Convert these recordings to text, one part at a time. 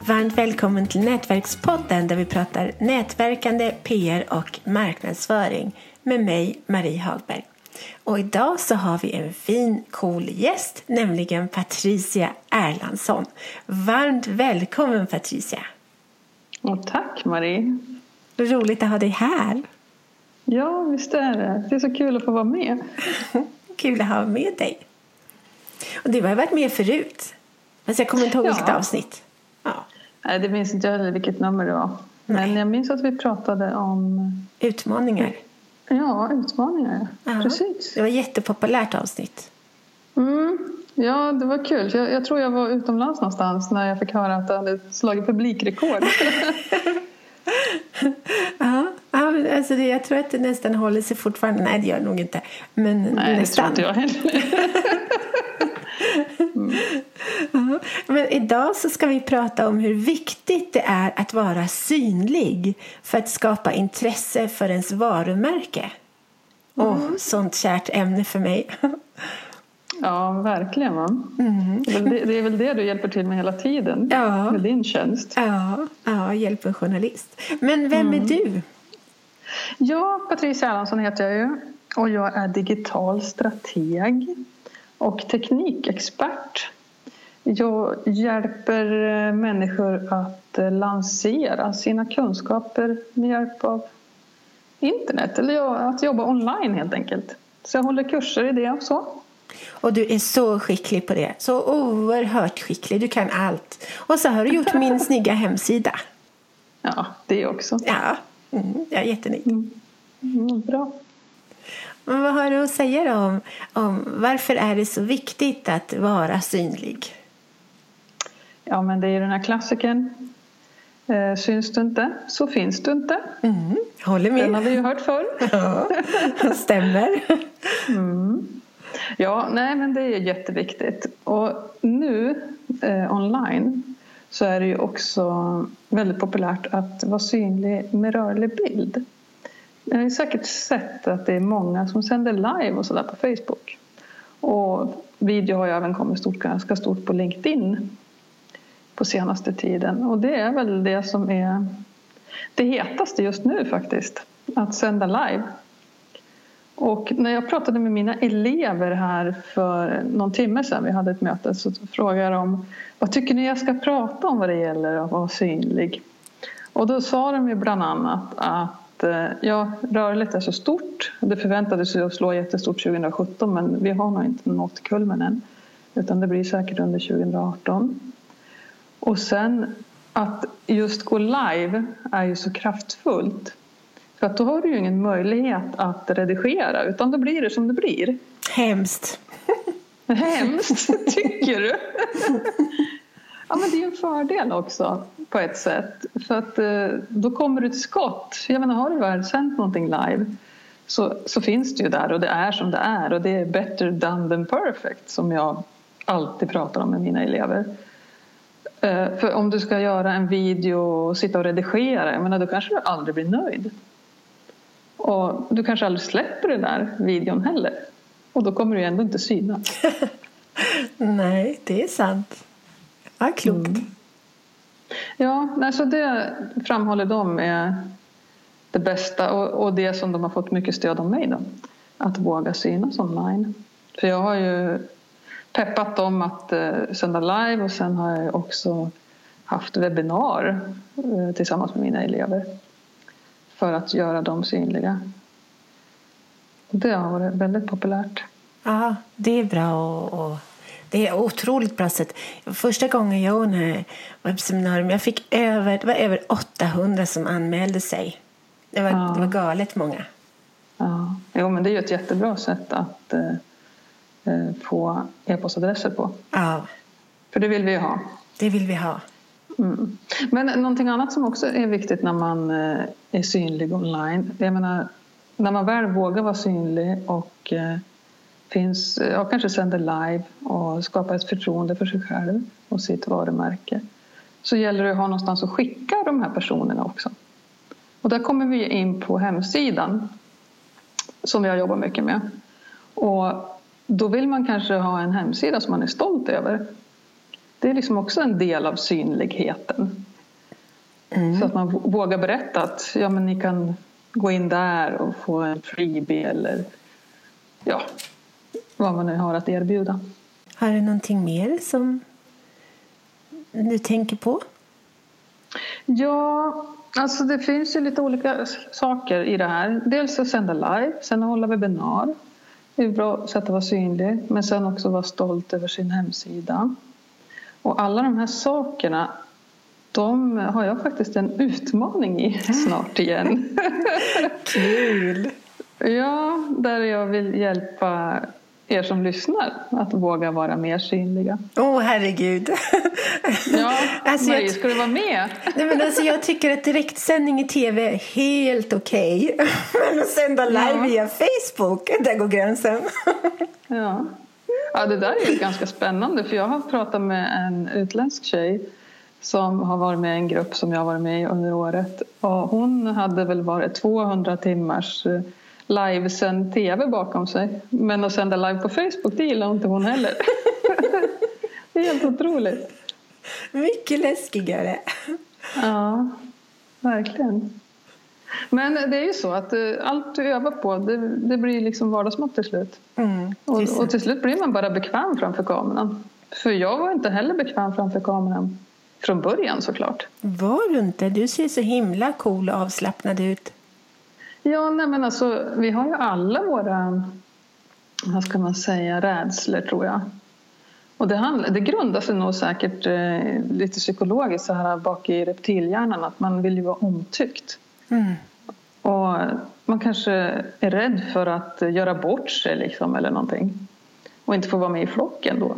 Varmt välkommen till Nätverkspodden där vi pratar nätverkande, PR och marknadsföring med mig, Marie Hagberg. Och idag så har vi en fin, cool gäst, nämligen Patricia Erlandsson. Varmt välkommen Patricia. Och tack Marie. Roligt att ha dig här. Ja, visst är det. Det är så kul att få vara med. Kul att ha med dig. Och du har varit med förut. Men jag kommer inte ihåg vilket avsnitt. Ja. Nej, det minns inte jag heller vilket nummer det var. Men jag minns att vi pratade om... Utmaningar. Ja, utmaningar. Ja. Precis. Det var ett jättepopulärt avsnitt. Ja, det var kul. Jag tror jag var utomlands någonstans när jag fick höra att jag hade slagit publikrekord. Ja, alltså jag tror att det nästan håller sig fortfarande. Nej, det gör det nog inte. Men nej, nästan. Det tror inte jag heller. Men idag så ska vi prata om hur viktigt det är att vara synlig för att skapa intresse för ens varumärke. Sånt kärt ämne för mig. Ja, verkligen. Det är väl det du hjälper till med hela tiden. Ja. Med din tjänst. Ja, hjälper en journalist. Men vem är du? Ja, Patricia Erlandsson heter jag ju. Och jag är digital strateg och teknikexpert. Jag hjälper människor att lansera sina kunskaper med hjälp av internet. Eller att jobba online helt enkelt. Så jag håller kurser i det och så. Och du är så skicklig på det. Så oerhört skicklig. Du kan allt. Och så har du gjort min snygga hemsida. Ja, det också. Ja, jag är jättenöjd. Bra. Men vad har du att säga då om varför är det så viktigt att vara synlig? Ja, men det är ju den här klassiken. Syns du inte så finns du inte. Håller med. Den har vi ju hört förr. Ja, stämmer. Ja, nej men det är jätteviktigt. Och nu online så är det ju också väldigt populärt att vara synlig med rörlig bild. Jag har säkert sett att det är många som sänder live och sådär på Facebook. Och video har ju även kommit ganska stort på LinkedIn på senaste tiden. Och det är väl det som är det hetaste just nu faktiskt. Att sända live. Och när jag pratade med mina elever här för någon timme sedan, vi hade ett möte, så frågade jag dem: vad tycker ni jag ska prata om vad det gäller att vara synlig? Och då sa de ju bland annat att rörligt är så stort. Det förväntades ju att slå jättestort 2017, men vi har nog inte nått kulmen än. Utan det blir säkert under 2018. Och sen att just gå live är ju så kraftfullt. För att då har du ju ingen möjlighet att redigera, utan då blir det som det blir. Hemskt. Hemskt, tycker du? Ja, men det är en fördel också på ett sätt. För att då kommer du till skott. Jag menar, har du väl sänt någonting live så finns det ju där och det är som det är. Och det är better done than perfect som jag alltid pratar om med mina elever. För om du ska göra en video och sitta och redigera, jag menar, då kanske du aldrig blir nöjd. Och du kanske aldrig släpper den där videon heller. Och då kommer du ju ändå inte synas. Nej, det är sant. Ja, klokt. Ja, så det framhåller de är det bästa. Och det som de har fått mycket stöd av mig då. Att våga synas online. För jag har ju peppat dem att sända live. Och sen har jag också haft webbinar tillsammans med mina elever. För att göra dem synliga. Och det har varit väldigt populärt. Ja, det är bra och det är otroligt bra sätt. Första gången jag ordnade webbseminarium, jag fick det var över 800 som anmälde sig. Det var galet många. Ja, jo, men det är ju ett jättebra sätt att få e-postadresser på. Ja. För det vill vi ju ha. Det vill vi ha. Men någonting annat som också är viktigt när man är synlig online. Jag menar, när man väl vågar vara synlig och kanske sänder live och skapar ett förtroende för sig själv och sitt varumärke, så gäller det att ha någonstans att skicka de här personerna också. Och där kommer vi in på hemsidan som jag jobbar mycket med. Och då vill man kanske ha en hemsida som man är stolt över. Det är liksom också en del av synligheten. Så att man vågar berätta att ja, men ni kan gå in där och få en freebie eller ja, vad man nu har att erbjuda. Har du någonting mer som du tänker på? Ja, alltså det finns ju lite olika saker i det här. Dels att sända live, sen att hålla webbinar. Det är ett bra sätt att vara synlig, men sen också vara stolt över sin hemsida. Och alla de här sakerna, de har jag faktiskt en utmaning i snart igen. Kul! Ja, där jag vill hjälpa er som lyssnar att våga vara mer synliga. Herregud. Ja, alltså, Marie, ska du vara med? Nej, men alltså, jag tycker att direktsändning i tv är helt okej. Men att sända live via Facebook, där går gränsen. Ja, det där är ju ganska spännande. För jag har pratat med en utländsk tjej som har varit med i en grupp som jag har varit med i under året. Och hon hade väl varit 200 timmars livesänd tv bakom sig. Men att sända live på Facebook, det gillar inte hon heller. Det är helt otroligt. Mycket läskigare. Ja, verkligen. Men det är ju så att allt du övar på, det blir liksom vardagsmått till slut. Och till slut blir man bara bekväm framför kameran. För jag var inte heller bekväm framför kameran från början, såklart. Var du inte? Du ser så himla cool och avslappnad ut. Ja, nej, men alltså, vi har ju alla våra, vad ska man säga, rädslor, tror jag. Och det grundar sig nog säkert lite psykologiskt så här bak i reptilhjärnan, att man vill ju vara omtyckt. Och man kanske är rädd för att göra bort sig liksom, eller någonting. Och inte få vara med i flocken då.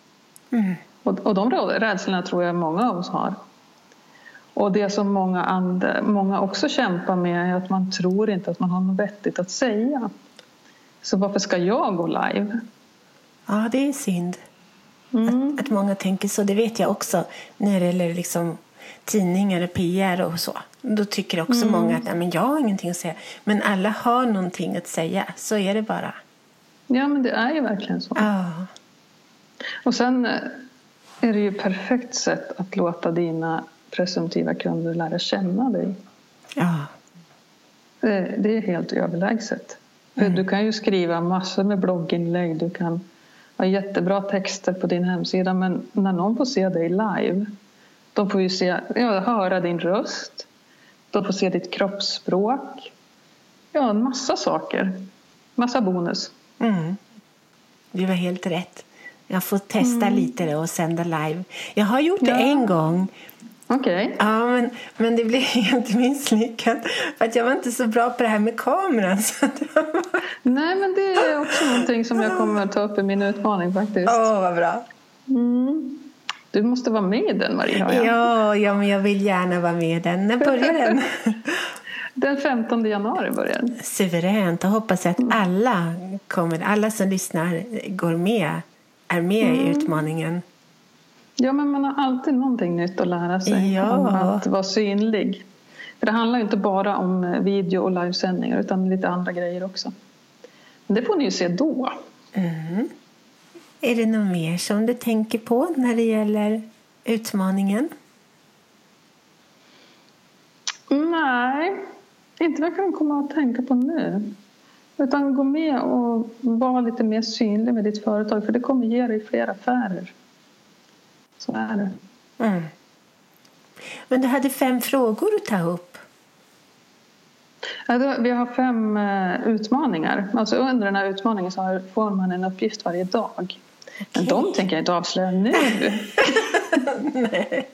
Och de rädslorna tror jag många av oss har. Och det som många också kämpar med är att man tror inte att man har något vettigt att säga. Så varför ska jag gå live? Ja, det är synd. Att många tänker så. Det vet jag också när det gäller liksom tidningar och PR och så. Då tycker också många att men jag har ingenting att säga. Men alla har någonting att säga. Så är det bara. Ja, men det är ju verkligen så. Och sen är det ju perfekt sätt att låta dina presumtiva kunder lära känna dig. Ja. Det är helt överlägset. För du kan ju skriva massor med blogginlägg. Du kan ha jättebra texter på din hemsida. Men när någon får se dig live, de får ju höra din röst. De får se ditt kroppsspråk. Ja, en massa saker. Massa bonus. Det var helt rätt. Jag får testa lite då och sända live. Jag har gjort det en gång. Okej. Ja, men det blev helt misslyckat. För att jag var inte så bra på det här med kameran. Så Nej, men det är också någonting som jag kommer att ta upp i min utmaning faktiskt. Vad bra. Du måste vara med i den, Maria. Ja, men jag vill gärna vara med i den. När börjar den? Den 15 januari börjar den. Suveränt. Och hoppas att alla som lyssnar är med i utmaningen. Ja, men man har alltid någonting nytt att lära sig om att vara synlig. För det handlar ju inte bara om video och livesändningar utan lite andra grejer också. Men det får ni ju se då. Är det något mer som du tänker på när det gäller utmaningen? Nej, inte vad jag kan komma att tänka på nu. Utan gå med och vara lite mer synlig med ditt företag. För det kommer ge dig fler affärer. Så är det. Men du hade 5 frågor att ta upp. Ja, vi har 5 utmaningar. Alltså under den här utmaningen så får man en uppgift varje dag. Okay. Men de tänker jag inte avslöja nu. Nej.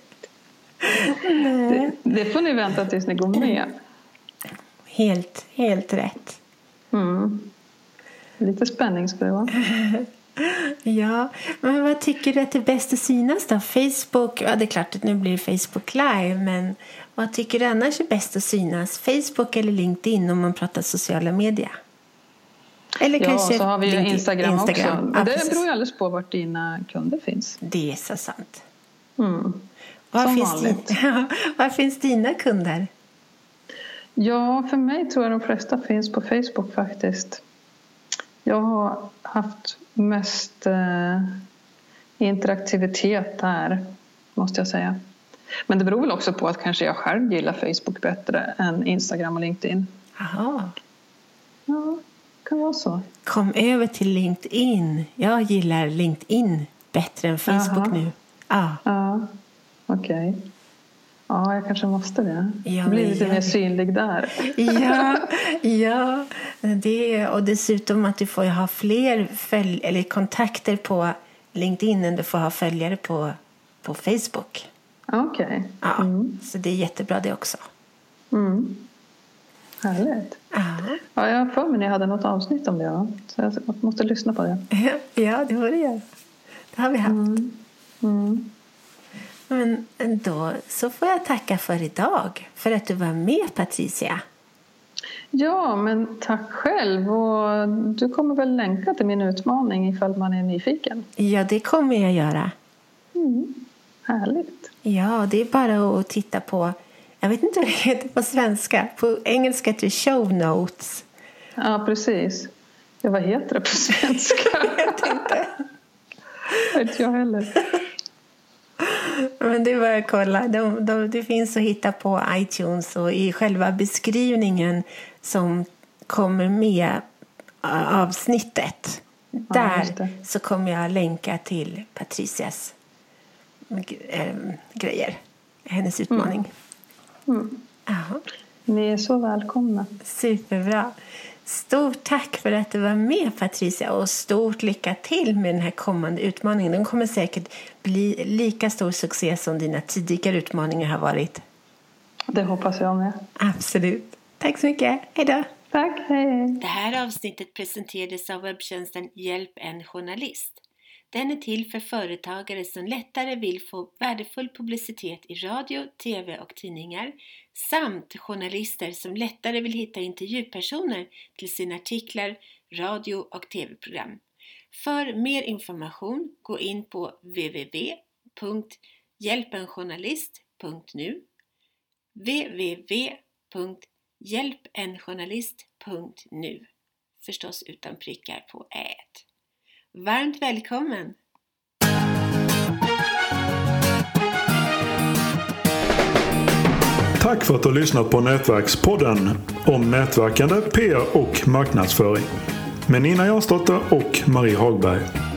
Det får ni vänta tills ni går med. Helt rätt. Lite spänning ska det vara. Ja, men vad tycker du att det är bäst att synas då? Facebook, ja det är klart att nu blir Facebook live, men vad tycker du annars är bäst att synas? Facebook eller LinkedIn om man pratar sociala medier? Eller kanske så har vi ju Instagram också. Ja, det beror ju alldeles på vart dina kunder finns. Det är så sant. Var finns dina kunder? Ja, för mig tror jag de flesta finns på Facebook faktiskt. Jag har haft mest interaktivitet där, måste jag säga. Men det beror väl också på att kanske jag själv gillar Facebook bättre än Instagram och LinkedIn. Jaha. Ja, det kan vara så. Kom över till LinkedIn. Jag gillar LinkedIn bättre än Facebook nu. Ja, okej. Ja, jag kanske måste det. Ja, blir lite mer synlig där. Ja. Det, och dessutom att du får ha fler eller kontakter på LinkedIn än du får ha följare på Facebook. Okej. Ja, så det är jättebra det också. Härligt. Ja, jag för mig jag hade något avsnitt om det. Ja. Så jag måste lyssna på det. Ja, det var det. Det har vi haft. Men då så får jag tacka för idag. För att du var med, Patricia. Ja, men tack själv. Och du kommer väl länka till min utmaning ifall man är nyfiken. Ja, det kommer jag göra. Härligt. Ja, det är bara att titta på... Jag vet inte vad det heter på svenska. På engelska heter det show notes. Ja, precis. Ja, vad heter det på svenska? Jag vet inte. Vet jag heller. Men det var att kolla. Det finns att hitta på iTunes och i själva beskrivningen som kommer med avsnittet. Där så kommer jag länka till Patricias grejer. Hennes utmaning. Ni är så välkomna. Superbra. Stort tack för att du var med, Patricia, och stort lycka till med den här kommande utmaningen. Den kommer säkert bli lika stor succé som dina tidigare utmaningar har varit. Det hoppas jag med. Absolut. Tack så mycket. Hej då. Tack, hej. Det här avsnittet presenterades av webbtjänsten Hjälp en journalist. Den är till för företagare som lättare vill få värdefull publicitet i radio, tv och tidningar samt journalister som lättare vill hitta intervjupersoner till sina artiklar, radio och tv-program. För mer information gå in på www.hjälpenjournalist.nu www.hjälpenjournalist.nu förstås utan prickar på ät. Varmt välkommen! Tack för att du har lyssnat på Nätverkspodden om nätverkande, PR och marknadsföring med Nina Jansdotter och Marie Hagberg.